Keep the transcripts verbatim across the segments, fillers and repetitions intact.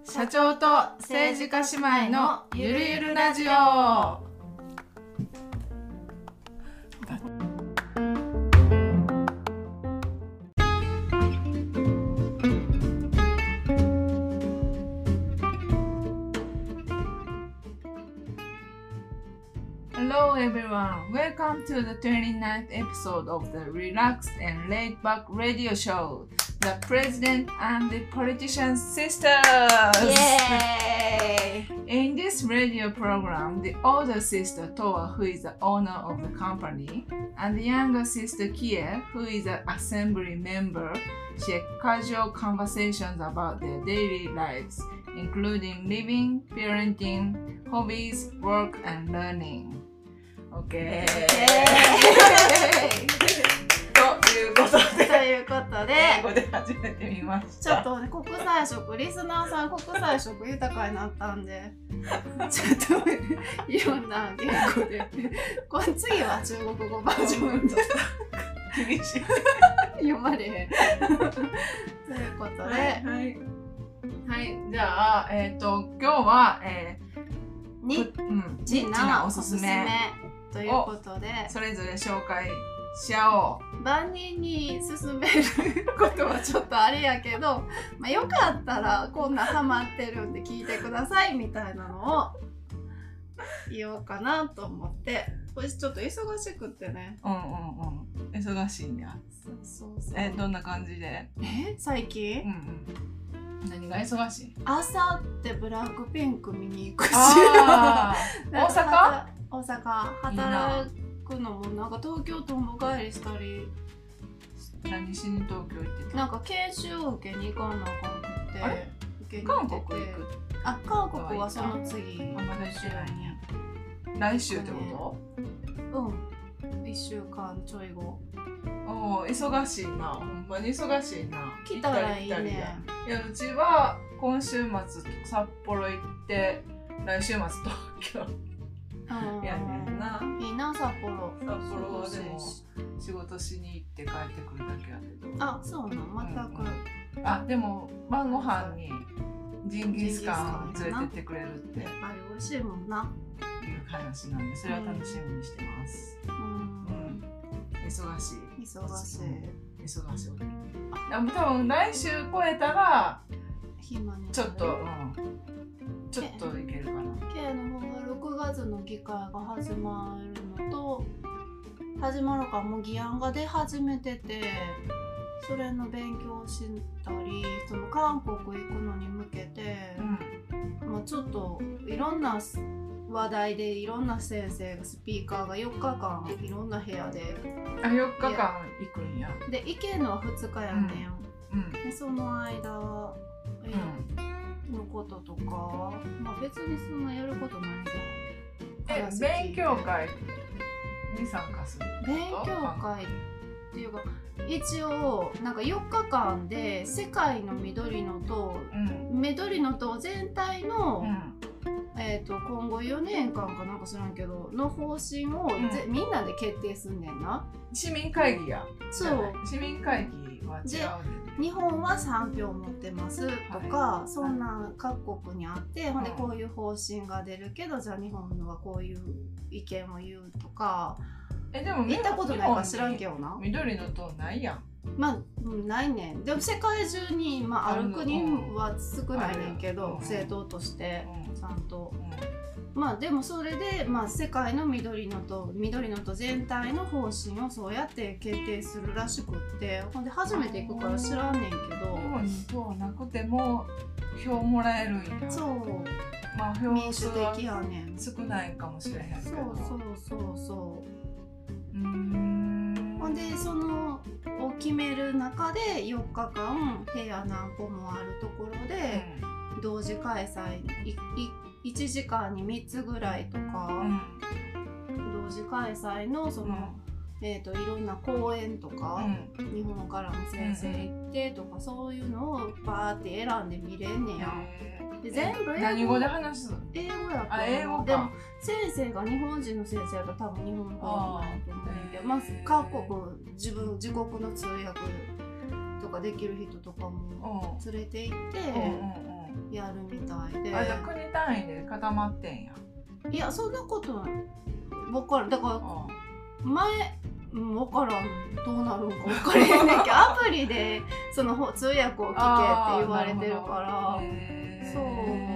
社長と政治家姉妹のゆるゆるラジオ。Hello everyone, welcome to the twenty-ninth episode of the Relaxed and Laid Back Radio Show, The President and the Politician's Sisters! Yay! In this radio program, the older sister Toa, who is the owner of the company, and the younger sister Kie, who is an assembly member, share casual conversations about their daily lives, including living, parenting, hobbies, work, and learning.Okay. ということで、 ということで、 英語で始めてみました。 ちょっとね、国際色、リスナーさん国際色豊かになったんで、ちょっといろんな言語で、これ次は中国語バージョンで厳しい読まれへん。ということで、 はい、はい、はい、じゃあ、えっと、今日は、えー、 ニッチなおすすめということで、 それぞれ紹介し合おう。 万人に勧めることはちょっとあれやけど、まあ、よかったらこんなハマってるんで聞いてくださいみたいなのを言おうかなと思って、これちょっと忙しくってね。 うんうんうん。忙しいんや。 そうそうそう。 え、どんな感じで？ え、最近？ うんうん。何が忙しい？ 朝ってブラックピンク見に行くし。 あ大阪？ 大阪働くのもなんか東京とんぼ帰りしたり。 何しに東京行ってた？ なんか研修受けに行かなあかんくて。 あれ？ 受けに韓行ってて。 国行く？ あ、韓国はその次。 あ、まだ行ってないんや。来週ってこと？ うん。いっしゅうかんちょい後。 おお、忙しいな。ほんまに忙しいな。 来たらいいね。 いや、うちは今週末札幌行って来週末東京やねんな。 いいな、札幌。 札幌はでも仕事しに行って帰ってくるだけやけど。 あ、そうなの、全く、 うん、あ、でも晩ご飯にジンギスカン連れてってくれるってやっぱり美味しいもんないう話なんで、それは楽しみにしてます。うん、うん、忙しい忙しい忙しい。あ、多分来週超えたら暇にちょっと、うん、ちょっといけるかな。 K の方がろくがつの議会が始まるのと、始まるからもう議案が出始めてて、それの勉強したり、その韓国行くのに向けて、うん、まあちょっといろんな話題でいろんな先生がスピーカーがよっかかんいろんな部屋で、 あ、よっかかん行くんや。 で行けるのはふつかやねん、 うん、 でその間、うん、のこととか、まあ別にそんなやることないけど、 え、勉強会に参加する？ 勉強会っていうか、一応なんかよっかかんで世界の緑の党、うん、緑の党全体の、うん、えーと今後よねんかんかなんか知らんけどの方針を、うん、ぜみんなで決定すんねんな。 市民会議や。 そう。 市民会議は違うね。 日本はさんぴょう持ってますとか、はい、そんな各国にあって、はい、ほんでこういう方針が出るけど、じゃあ日本のはこういう意見を言うとか。 え、でも行ったことないから知らんけどな。 緑の党ないやん。 まあ、ないねん。でも世界中に、まあ、ある国は少ないねんけど、政党としてちゃんと、うん、まあでもそれで、まあ、世界の緑の党緑の党全体の方針をそうやって決定するらしくって、ほんで初めて行くから知らんねんけど、 日本に党なくても票もらえるんや。 そう、 まあ、票民主的やねん。 少ないかもしれへんけど。 そうそうそうそう。 うーん、 ほんでそのを決める中でよっかかん部屋何個もあるところで、うん、同時開催いいいちじかんにみっつぐらいとか、うん、同時開催のその、うん、えーといろんな講演とか、うん、日本からも先生行ってとか、うん、そういうのをバーって選んで見れんねや。で全部英語。 何語で話す？ 英語やった。 あ、英語か。 でも先生が日本人の先生やったら多分日本語なんだと思うんだけど、まず各国自分自国の通訳とかできる人とかも連れて行ってやるみて、 あ、じゃあ国単位で固まってんや。 いやそんなことない分からん。だからあ前うん分からんどうなるんか分からへんねんけどアプリでその通訳を聞けって言われてるからそう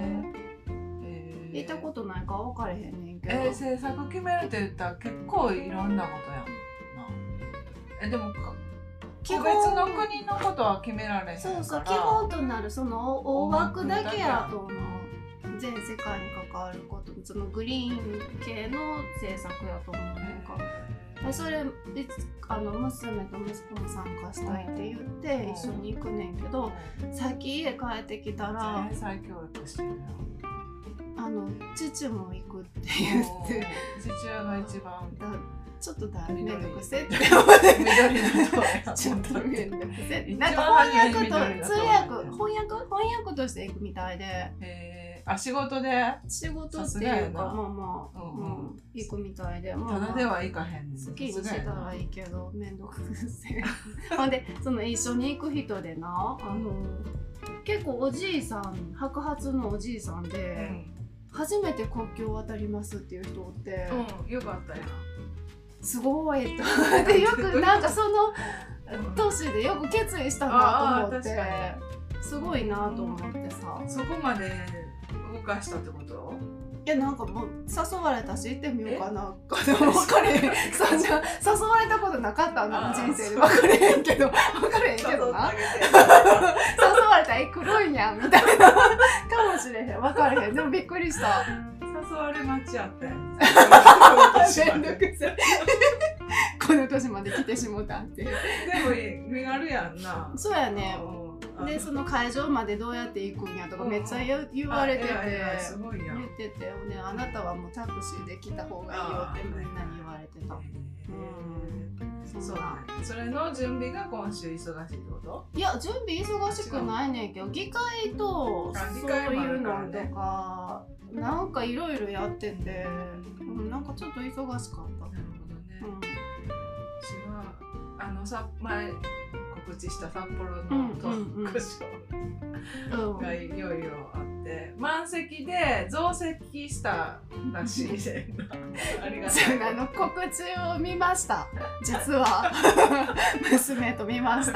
言ったことないから分からへんねんけど、 えー、政策決めるって言ったら結構いろんなことやんな。えでもか個別の国のことは決められへんから。 そうそう基本となるその大枠だけやと思う。全世界に関わることそのグリーン系の政策やと思う。なんかそれあの娘と息子も参加したいって言って一緒に行くねんけど、さっき家帰ってきたら再教育してるよ。 あの父も行くって言って父親が一番だちょっとだめんどくせって緑のとこちょっとめんどくせって一なん番か翻訳と緑のとこ通訳翻訳翻訳として行くみたいで、 えー、あ仕事で仕事っていうかまあまあ、 うんうん、 行くみたいで、 まあ、ただでは行かへんねん。 好きにしたらいいけどめんどくせほんでその一緒に行く人でなあの結構おじいさん白髪のおじいさんで、うん、初めて国境を渡りますっていう人って、 うん、よかったやんすごいとでよくなんかその年でよく決意したなと思ってすごいなと思ってさ、 そこまで動かしたってこと？ いやなんかもう誘われたし行ってみようかなでも分かれへんそんな誘われたことなかったな人生で分かれへんけど分かれへんけどな誘われたらえ来るんやんみたいなかもしれへん分かれへんでもびっくりした誘われ待ちやったやんめんどくさいこの年まで来てしもたってでも身軽やんな。 そうやね。でその会場までどうやって行くんやとかめっちゃ言われてて言ってて、ね、あなたはもうタクシーで来た方がいいよってみんなに言われてた。うん、 そうだね。それの準備が今週忙しいってこと？いや準備忙しくないねんけど議会とそういうのとかなんかいろいろやってて、うん、なんかちょっと忙しかった。なるほどね。 うん、私はあのさ前告知した札幌のトークショーがいよいよあって満席で増席したらしいねありがとう。 あの告知を見ました実は娘と見ました。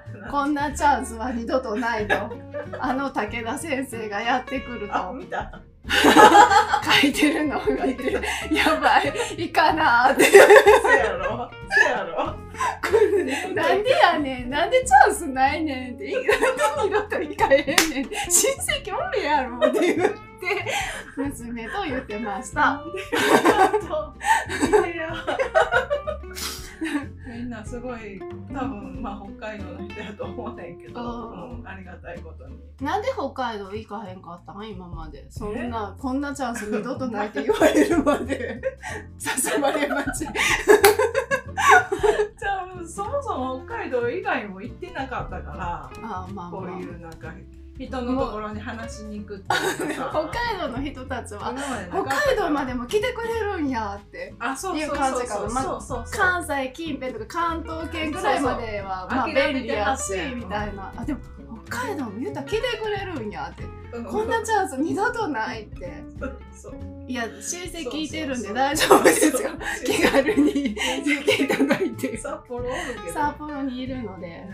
こんなチャンスは二度とないとあの武田先生がやってくると見た書いてるのを見てやばいいかなーってそうやろそうやろなんでやねんなんでチャンスないねんってなんで二度と行かへんねん親戚おるやろって言って娘と言ってましたみんなすごい多分まあ北海道の人やと思わないけど、うん、ありがたいことに。 なんで北海道行かへんかったん今まで。そんなこんなチャンス二度とないって言われるまで誘われまち。じゃあそもそも北海道以外も行ってなかったから、 ああ、まあまあ、 こういうなんか人のところに話しに行くっていうかさ北海道の人たちは北海道までも来てくれるんやっていう感じかな。関西近辺とか関東圏ぐらいまではまあ便利やしみたいな。あでも北海道も言ったら来てくれるんやって、うん、こんなチャンス二度とないっていや親戚聞いてるんで大丈夫ですよ気軽に言っていただいて札幌おるけど札幌にいるので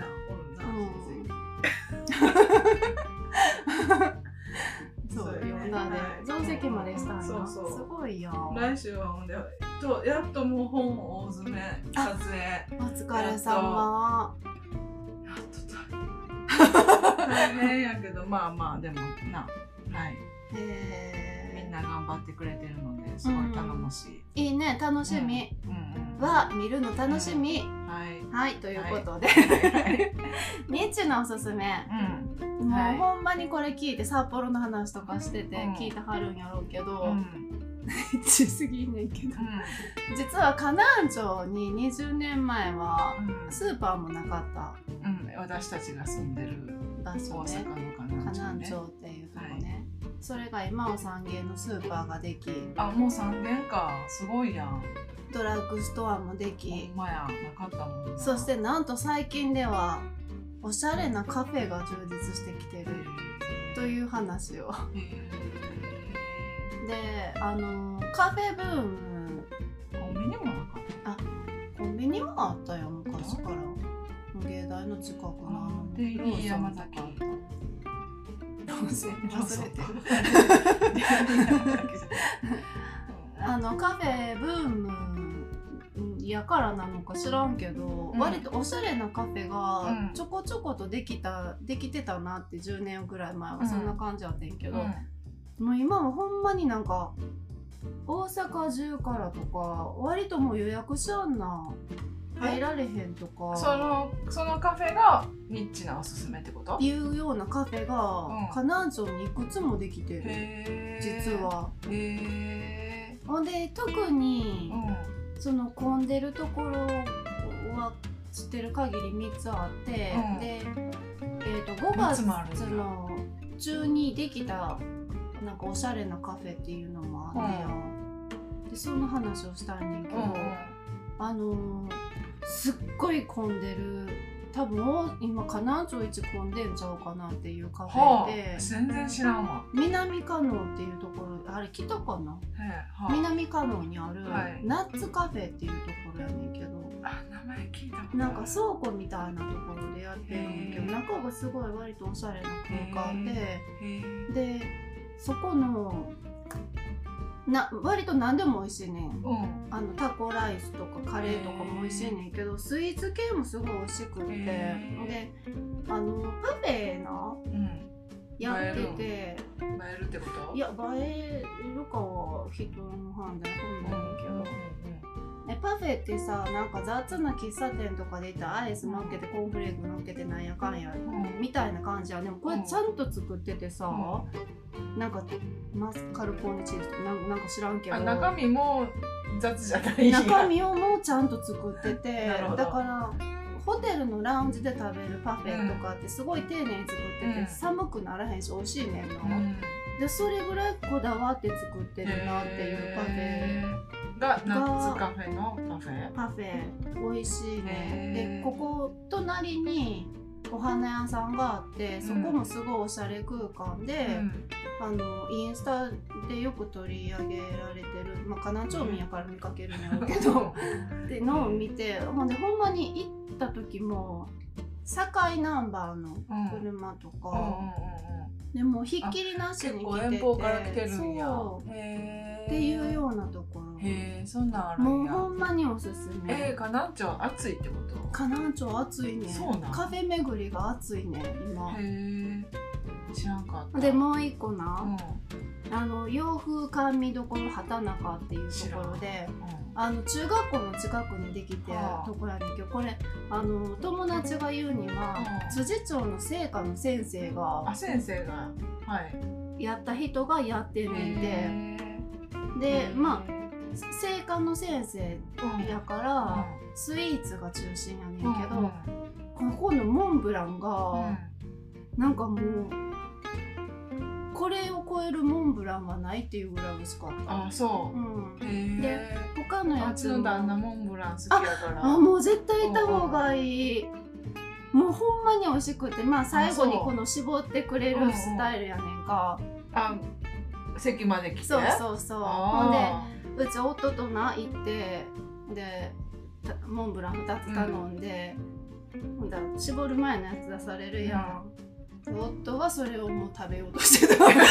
そうよなで増席までしたんだ。すごいよ。 来週はほんでとやっともう本大詰め撮影お疲れ様。 やっと大変やけどまあまあでもなはいみんな頑張ってくれてるのですごい頼もしい、 うん、いいね楽しみ、うんうん、は見るの楽しみ、うん、はいはいということで、はい、みっちのおすすめ、うん、もう、はい、ほんまにこれ聞いて札幌の話とかしてて聞いてはるんやろうけど、うんしすぎんねんけど、うん、実は河南町ににじゅうねんまえはスーパーもなかった、 うん、私たちが住んでる場所ね、河南町っていうとこね、はい、それが今はさん軒のスーパーができ、 あもうさん軒かすごいやん。 ドラッグストアもでき、 ほんまやなかったもんな。 そしてなんと最近ではおしゃれなカフェが充実してきてる。 という話を。 へで、あのカフェブーム、 ーコンビニもなかった。 あ、コンビニはあったよ昔から。芸大の近くのあので、 ローソン山とか崎。 ローソン忘れてる。あのカフェブームやからなのか知らんけど、 うん、 割とおしゃれなカフェがうんちょこちょことできたできてたなってじゅうねんぐらい前はそんな感じやってんけど、うん、もう今はほんまになんか大阪中からとか割ともう予約しやんな入られへんとか、 そのそのカフェがニッチなおすすめってこと？ いうようなカフェが河南町にいくつもできてる、 へー実は。 へほんで特に、 うん、 その混んでるところは知ってる限りみっつあって、うん、で、えー、とごがつの中にできたなんかおしゃれなカフェっていうのもあってよ、うん、でその話をしたいねんけど、うん、あのー、すっごい混んでる、多分今河南町一混んでんちゃうかなっていうカフェで、 はあ、全然知らんわ。 南加納っていうところ、あれ来たかな、はあ、南加納にあるナッツカフェっていうところやねんけど、 あ、名前聞いたこと。 なんか倉庫みたいなところでやってるんだけど、中がすごい割とおしゃれな空間で、でそこのな割と何でも美味しいねん、うん、あのタコライスとかカレーとかも美味しいねんけど、スイーツ系もすごい美味しくって、であのパフェな、うん、やってて、映えるってこと？ いや映えるかは人の判断本なんだけど、うんうんうん、ね、パフェってさ、なんか雑な喫茶店とかで行ったらアイス乗っけてコーンフレーク乗っけてなんやかんや、うん、みたいな感じや。でもこれちゃんと作っててさ、うん、なんかマスカルポーネチーズとか な, なんか知らんけど、 中身も雑じゃないや、 中身をもうちゃんと作っててだからホテルのラウンジで食べるパフェとかってすごい丁寧に作ってて、うん、寒くならへんし美味しいねんな、うん、でそれぐらいこだわって作ってるなっていうパフェがナッツカフェのパフェパフェ美味しいね。でここ隣にお花屋さんがあって、そこもすごいおしゃれ空間で、うん、あのインスタでよく取り上げられてる、まあ河南町民やから見かけるんやろうけどってのを見て、ほんでほんまに行った時も堺ナンバーの車とか、うんうんうんうん、でもひっきりなしに来てて、 遠方から来てるんや。 そうへっていうようなところ。 へえ、そんなんあるんや。 もうほんまにおすすめ。 えー、河南町暑いってこと？ 河南町暑いね。 そうなん。 カフェ巡りが暑いね今。 へえ、知らんかった。 でもう一個な、うん、あの洋風甘味どころ畑中っていうところで、うん、あの中学校の近くにできてるところやねんけど、これあの友達が言うには、うん、辻町の聖火の先生が、 あ、先生が、はい、 やった人がやってるんで、でまあ聖火の先生やから、うん、スイーツが中心やねんけど、うん、ここのモンブランが、うん、なんかもうこれを超えるモンブランはないっていうぐらい美味しかった。 あ、そう、 うん、で他のやつも、 あっちの旦那モンブラン好きやから、 ああもう絶対行った方がいい。もうほんまに美味しくて、まあ最後にこの絞ってくれるスタイルやねんか。 あ、席まで来て。 そうそうそう。ほんでうち夫とな行ってでモンブランふたつ頼んで、うん、だ絞る前のやつ出されるやん、うん、夫はそれをもう食べようとしてた違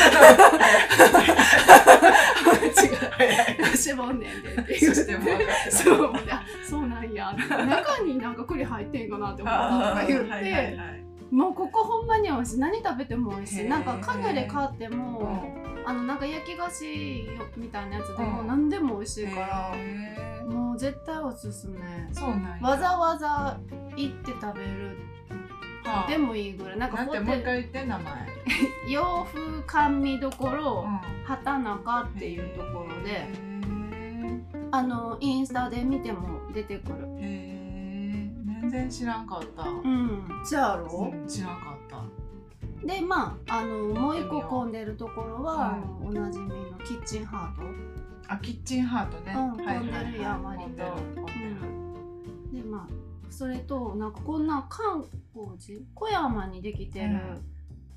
う絞んねんでって言ってもそう、そうなんや中になんか栗入ってんかなって思ったとか言って、はいはいはい、もうここほんまに美味しい、何食べても美味しい。なんかカヌレ買っても、うん、あのなんか焼き菓子みたいなやつでも何でも美味しいから、うん、もう絶対おすすめ。 そうなんや。 わざわざ行って食べる、はあ、でもいいぐらい。なんかなんてもう一回言って名前洋風甘味どころ、うん、畑中っていうところで、あのインスタで見ても出てくる。 へ全然知らんかった。 うん、じゃあろ、 うん、知らんかった。 でまあ、あのもう一個混んでるところは、うん、おなじみのキッチンハート。 あ、キッチンハートね。 うん、混んでるやん割と。でまあそれとなんかこんな観光地小山にできてる、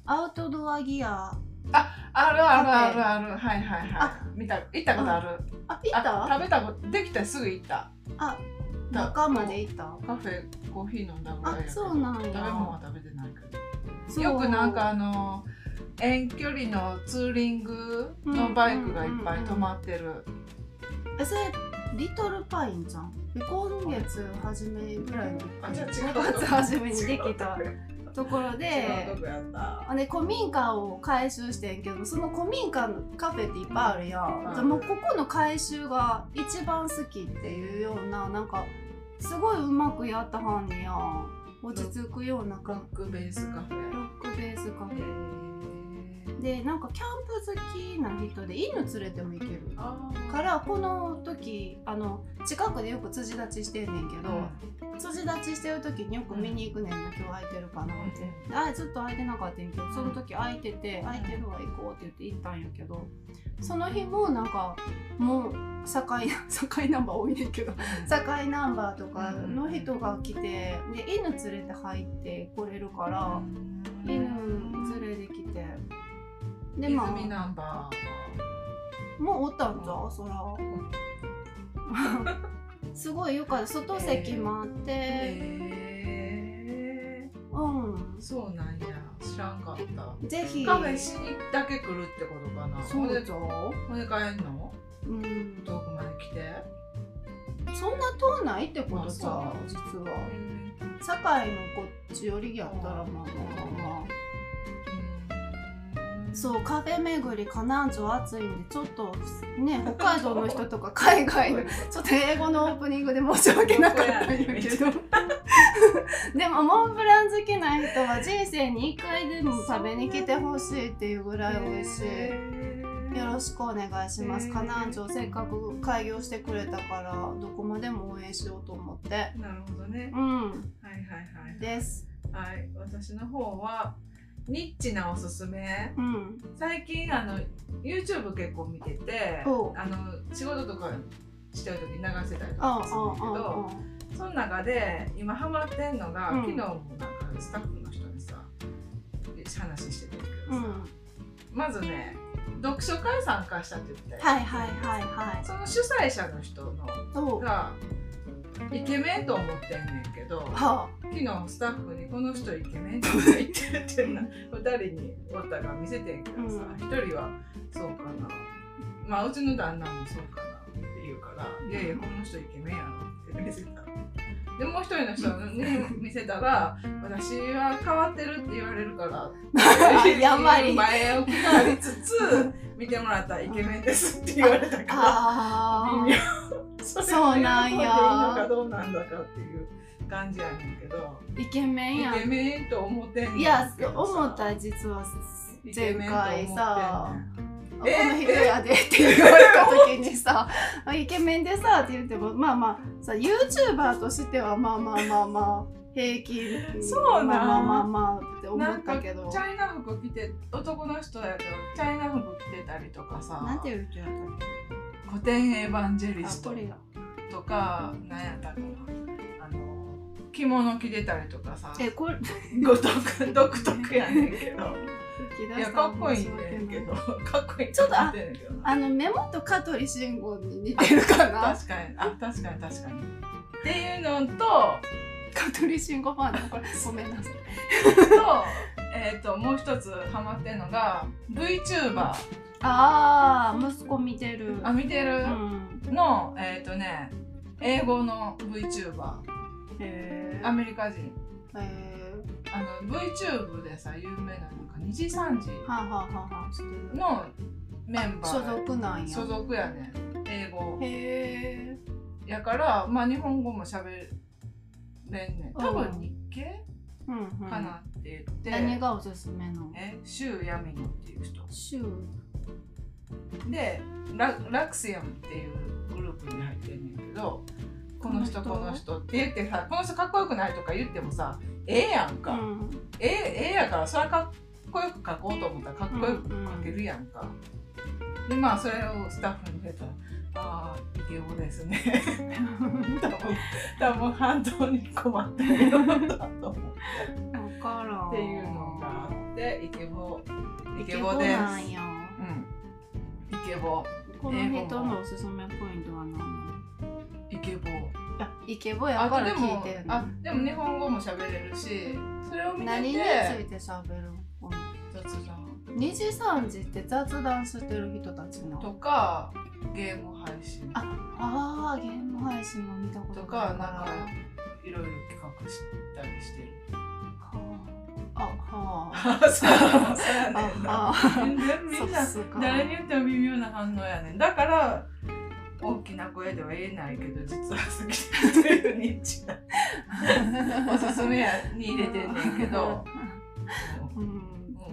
アウトドアギア。 あるあるあるある、はいはいはい。見た、行ったことある。 あ、行った？ 食べたこと、できたらすぐ行った。 あ、中まで行った。 カフェ、コーヒー飲んだぐらいやけど。 そうなんや。 食べ物は食べてないけど。よくなんかあの遠距離のツーリングのバイクがいっぱい止まってる。 え、それリトルパインじゃん。今月初めぐらいに、 あ、じゃあ違う。 ごがつ初めにできたところで、で古民家を改修してんけど、その古民家のカフェっていっぱいあるやん。でもここの改修が一番好きっていうような、なんかすごいうまくやったはんにやん。落ち着くようなロックベースカフェ。 ロックベースカフェで、なんかキャンプ好きな人で犬連れても行けるから、この時あの近くでよく辻立ちしてんねんけど、うん、辻立ちしてる時によく見に行くねんな、今日空いてるかなって、うん、あずっと空いてなかったんやけど、その時空いてて、空いてるわ行こうって言って行ったんやけど、その日もなんかもう境境ナンバー多いねんけど、境ナンバーとかの人が来て、で犬連れて入ってこれるから、犬連れで来て。でまあ、 泉ナンバーもうおったんじゃう、そらすごいよかった。外席もあって、 へー、 うん、 そうなんや、知らんかった。 ぜひカフェしにだけ来るってことかな。 そうじゃん。 ほんで帰んの？うん、遠くまで来て。 そんな遠ないってことさ、実は堺のこっち寄りやったらまあまあまあ、そう、カフェ巡りかなんじょ暑いんで、ちょっとね、北海道の人とか海外のちょっと英語のオープニングで申し訳なかったんやけどでもモンブラン好きな人は人生にいっかいでも食べに来てほしいっていうぐらい美味しい。よろしくお願いします。河南町せっかく開業してくれたからどこまでも応援しようと思って。 なるほどね。 うん。 はいはいはい。 です。 はい、私の方はニッチなおすすめ、 うん、 最近あの YouTube 結構見てて、あの仕事とかしてる時に流せたりとかするんだけど、その中で今ハマってんのが、うん、昨日もなんかスタッフの人にさ話してたけどさ、うん、まずね読書会参加したって言って、 はいはいはいはい、 その主催者の人のがイケメンと思ってんねんけど、はあ、昨日スタッフにこの人イケメンって言っててんなふたりにおったから見せてんけどさ、ひとりはそうかな、まあうちの旦那もそうかなって言うから、いやいやこの人イケメンやろって見せた。でもう一人の人に見せたら私は変わってるって言われるからやんまり前置きがありつつ見てもらったらイケメンですって言われたから微妙。 そうなんや。いいのかどうなんだかっていう感じやねんけど。 イケメンや。 イケメンと思ってんねん。 いや思った実は前回さ。この人やでって言われた時にさイケメンでさって言ってもまあまあさ YouTuber としてはまあまあまあまあ平均そうなまあまあまあまあって思ったけど、 チャイナ服着て男の人やけどチャイナ服着てたりとかさ、 なんていう人やったっけ、古典エヴァンジェリストとかなんやったかな、あの着物着てたりとかさ、 えこれ独特独特やねんけど。いやかっこいいねんけど、かっこいい。 ちょっとああの目元香取慎吾に似てるかな。 確かに、あ確かに確かに。っていうのと香取慎吾ファンだこれごめんなさい。 とえっともう一つハマってんのが VTuber。ああ息子見てる。 あ見てる、うん、のえっ、ー、とね英語の VTuber。へアメリカ人。へあの VTube でさ有名ななんかにじさんじのメンバー所属なんや所属やねん英語へーやからまあ日本語も喋れんねん多分日系、うんうん、かなって言って何がおすすめのえシュウヤミノっていう人シュウで ラ, ラクシアムっていうグループに入ってんねんけどこの人この人って言ってさこの人かっこよくないとか言ってもさええやんか、うん、ええええやからそれはかっこよく書こうと思ったらかっこよく書けるやんか、うんうん、 でまあそれをスタッフに言ったら「ああイケボですね」多分多分反動に困ってるよだと思って。 分からんっていうのがあってイケボイケボイケボです。 なんや。 うん。イケボ。 この人のおすすめポイントは何なの？ イケボ。 あ、イケボやから聞いてるの。 あでも日本語も喋れるし、それを見てて何について喋るの？ 雑談。 にじさんじって雑談してる人たちのとかゲーム配信。 あ、あーゲーム配信も見たこととかなんかいろいろ企画したりしてる。 あ、はあ、そうやねんな。みんな誰に言っても微妙な反応やねん。だから大きな声では言えないけど実は好きというニッチなおすすめやに入れてんねんけど、 うんうん、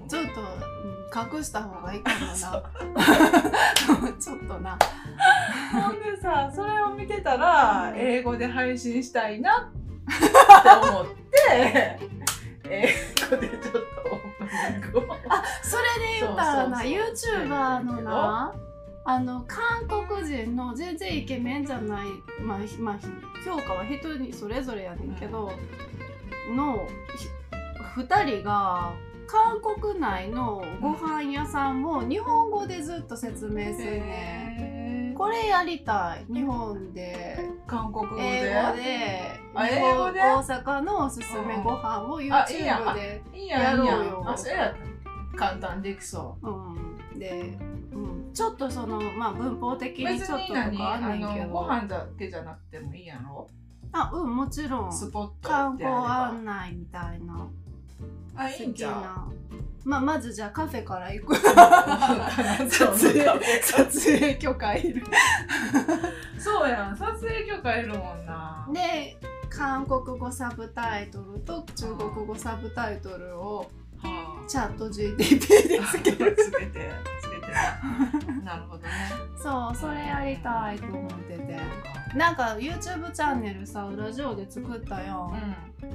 ちょっと隠した方がいいかもなちょっとなほんでさ、それを見てたら英語で配信したいなって思って英語でちょっとオープニングをあ、それで言ったらな YouTuber のなあの韓国人の全然イケメンじゃない、まあまあ、評価は人にそれぞれやねんけど、うん、のふたりが韓国内のご飯屋さんを日本語でずっと説明するねん。これやりたい。日本で韓国語で英語であ英語で大阪のおすすめご飯を YouTube でやろうよ。 あ、それやった簡単できそう。 うん、で、うん、ちょっとそのまあ文法的にちょっととかあんねんけど、 ご飯だけじゃなくてもいいやろ。 あ、うん、もちろんスポット観光案内みたいな。 あ、いいんじゃん。 まあまずじゃあカフェから行く撮影撮影許可いるそうやん、撮影許可いるもんな。 で韓国語サブタイトルと中国語サブタイトルをチャット ジーティーピー でつけるつけてつけてなるほどね。 そうそれやりたいと思ってて、なんか YouTube チャンネルさラジオで作ったよ、うん、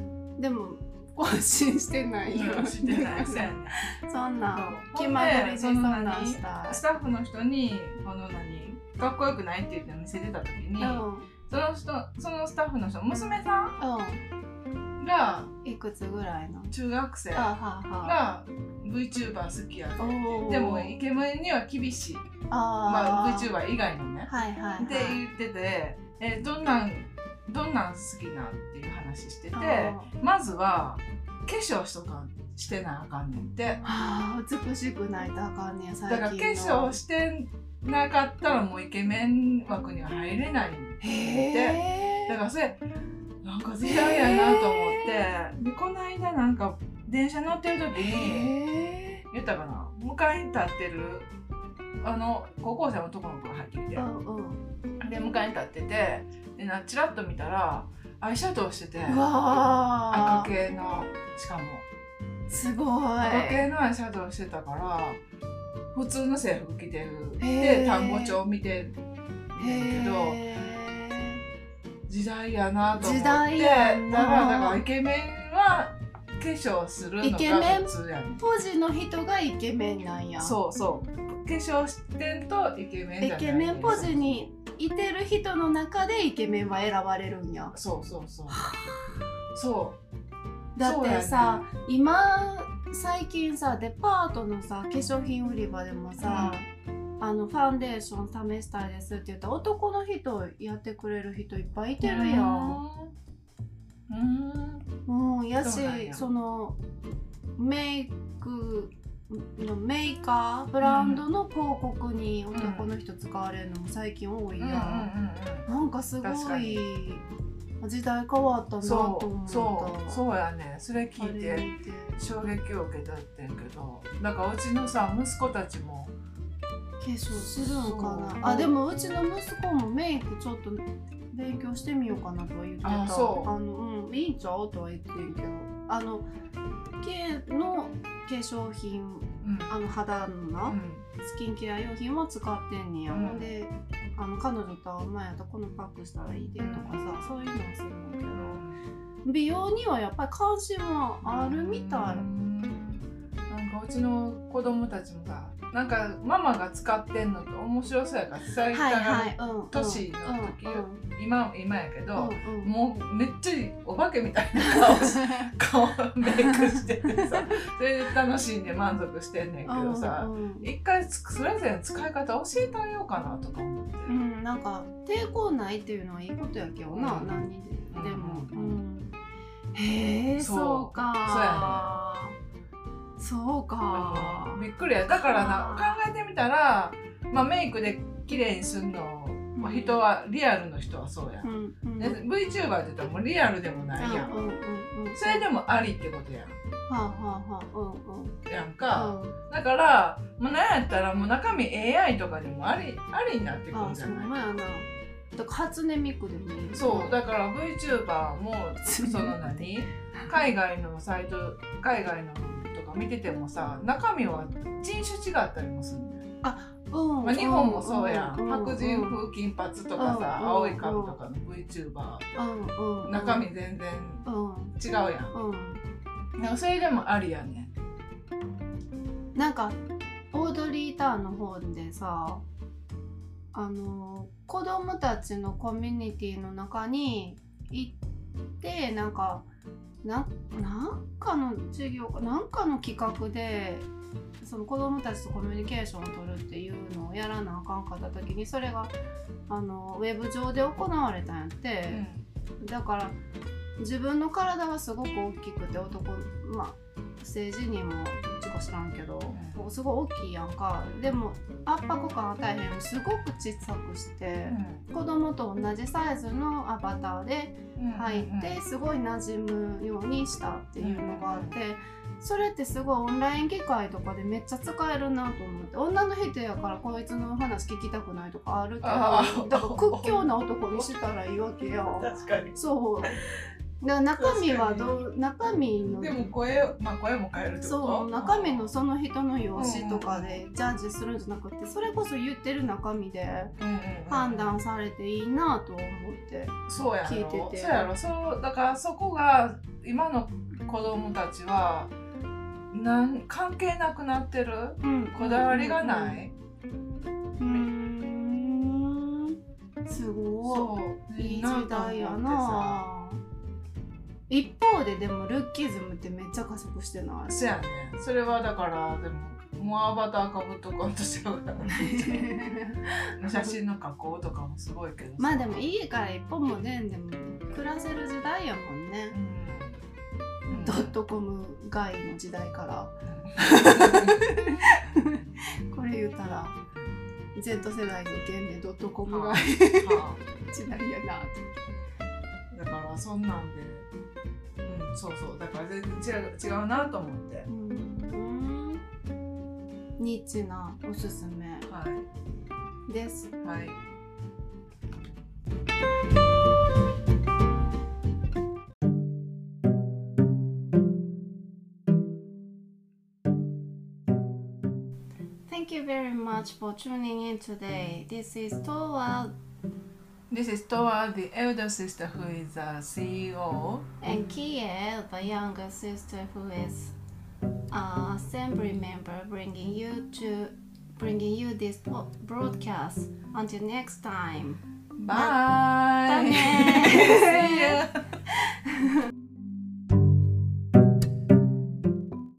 でも更新してないよ。 してないそうやね。 そんな気まぐれでそんなんしたい。 スタッフの人にこの何かっこよくないって言って見せてた時に、うん、その人そのスタッフの人娘さんが、 うん、いくつぐらいの中学生が VTuber 好きやってでもイケメンには厳しいあ、まあ、VTuber 以外のね、はいはいはい、って言っててえどんなんどんなん好きなっていう話しててまずは化粧しとかしてなあかんねんって。 はあ、美しくないとあかんねん最近の。 だから化粧してなかったらもうイケメン枠には入れないんで、だからそれなんか時代やなと思ってでこの間なんか電車乗ってる時に言ったかな向かいに立ってるあの高校生の男の子が入ってきて、うんうん、で向かいに立っててでなチラッと見たらアイシャドウしてて赤系のしかもすごい赤系のアイシャドウしてたから普通の制服着てるで単語帳見てるんだけど時代やなと思ってだからだからイケメンは化粧するのが普通やねん。イケメンポジの人がイケメンなんや。 そうそう化粧してんとイケメンじゃない。 イケメンポジにいてる人の中でイケメンは選ばれるんや。 そうそうそうそうだってさ、ね、今最近さデパートのさ化粧品売り場でもさ、うん、あのファンデーション試したいですって言ったら男の人やってくれる人いっぱいいてるやん。うん、うん、やしそのメイクのメーカーブランドの広告に男の人使われるのも最近多いやん。なんかすごい時代変わったなと思った。 そうそうやね。それ聞いて衝撃を受けたってんけど、だからうちのさ息子たちも化粧するんかな。あでもうちの息子もメイクちょっと勉強してみようかなとは言ってた。あそうあの、うん、いいんちゃうとは言ってんけど、あの系の化粧品、うん、あの肌のな、うん、スキンケア用品は使ってんねや、うん、であの彼女と会う前やったらこのパックしたらいいでとかさ、そういうのはするんだけど美容にはやっぱり関心はあるみたい。 うんなんかうちの子供たちもさなんかママが使ってんのと面白そうやから伝えたがる年の時よ、今今やけど、うんうん、もうめっちゃお化けみたいな顔し顔メイクしててさ、それで楽しんで満足してんねんけどさ、うんうん、一回それぞれの使い方教えてあげようかなとか思って、 うん、なんか抵抗ないっていうのはいいことやけどな、うん、何にでも、うんうん、へえ、そうか、 そうやね、 そうか、 びっくりや。だからな、考えてみたら、まあ、メイクで綺麗にすんの、うん、まあ、人はリアルの人はそうや、うんうん、で VTuber って言ったらもうリアルでもないやん、うんうんうん、それでもありってことやん、はあはあはあ、うんうん、やんか、うん、だからもうなんやったらもう中身 エーアイ とかでもあり、ありになってくるんじゃない？あ、そうやな。 だから初音ミクでもいい。 そうだから VTuber もその何海外のサイト、海外のとか見ててもさ、中身は人種違ったりもするんだよ。あ、うん、まあ、日本もそうやん、うん、白人風金髪とかさ、うん、青い髪とかの VTuber、うん、中身全然違うやん、うん、でもそれでもありやね。 なんかオードリー・ターンの方でさ、あの子供たちのコミュニティの中に行ってなんかな, なんかの授業かなんかの企画でその子供たちとコミュニケーションを取るっていうのをやらなあかんかった時に、それがあのウェブ上で行われたんやって、うん、だから自分の体はすごく大きくて、男、まあ政治にもどっちか知らんけど、うん、すごい大きいやんか。でも圧迫感与えへんようにすごく小さくして、うん、子供と同じサイズのアバターで入ってすごい馴染むようにしたっていうのがあって、それってすごいオンライン議会とかでめっちゃ使えるなと思って、女の人やからこいつの話聞きたくないとかあるけど、だから屈強な男にしたらいいわけや。 確かにそうだ、中身はどう、中身のでも声、まあ、声も変えるってこと？ そう、中身のその人の容姿とかでジャッジするんじゃなくて、それこそ言ってる中身で判断されていいなと思って聞いてて、 そうやろ、そうやろ、そうだからそこが今の子供たちはなん関係なくなってる、うん、こだわりがない、 うん、うーん、すごいいい時代やな。一方ででもルッキズムってめっちゃ加速してない？ そうやね。それはだからでももうアバターかぶっとこうとしようかな写真の加工とかもすごいけど、 まあでも家から一本も出んでも暮らせる時代やもんね、うん、ドットコム外の時代からこれ言ったら Z 世代の現でドットコム外時代やなだからそんなんで、うん、そうそうだから全然違う、違うなと思って、うん、 ニッチなおすすめ、はい、です。はい。Thank you very much for tuning in today. This is Towa. This is Towa, the elder sister who is a C E O. And Kie, the younger sister who is an assembly member, bringing you to bringing you this broadcast. Until next time. Bye. Bye. See ya.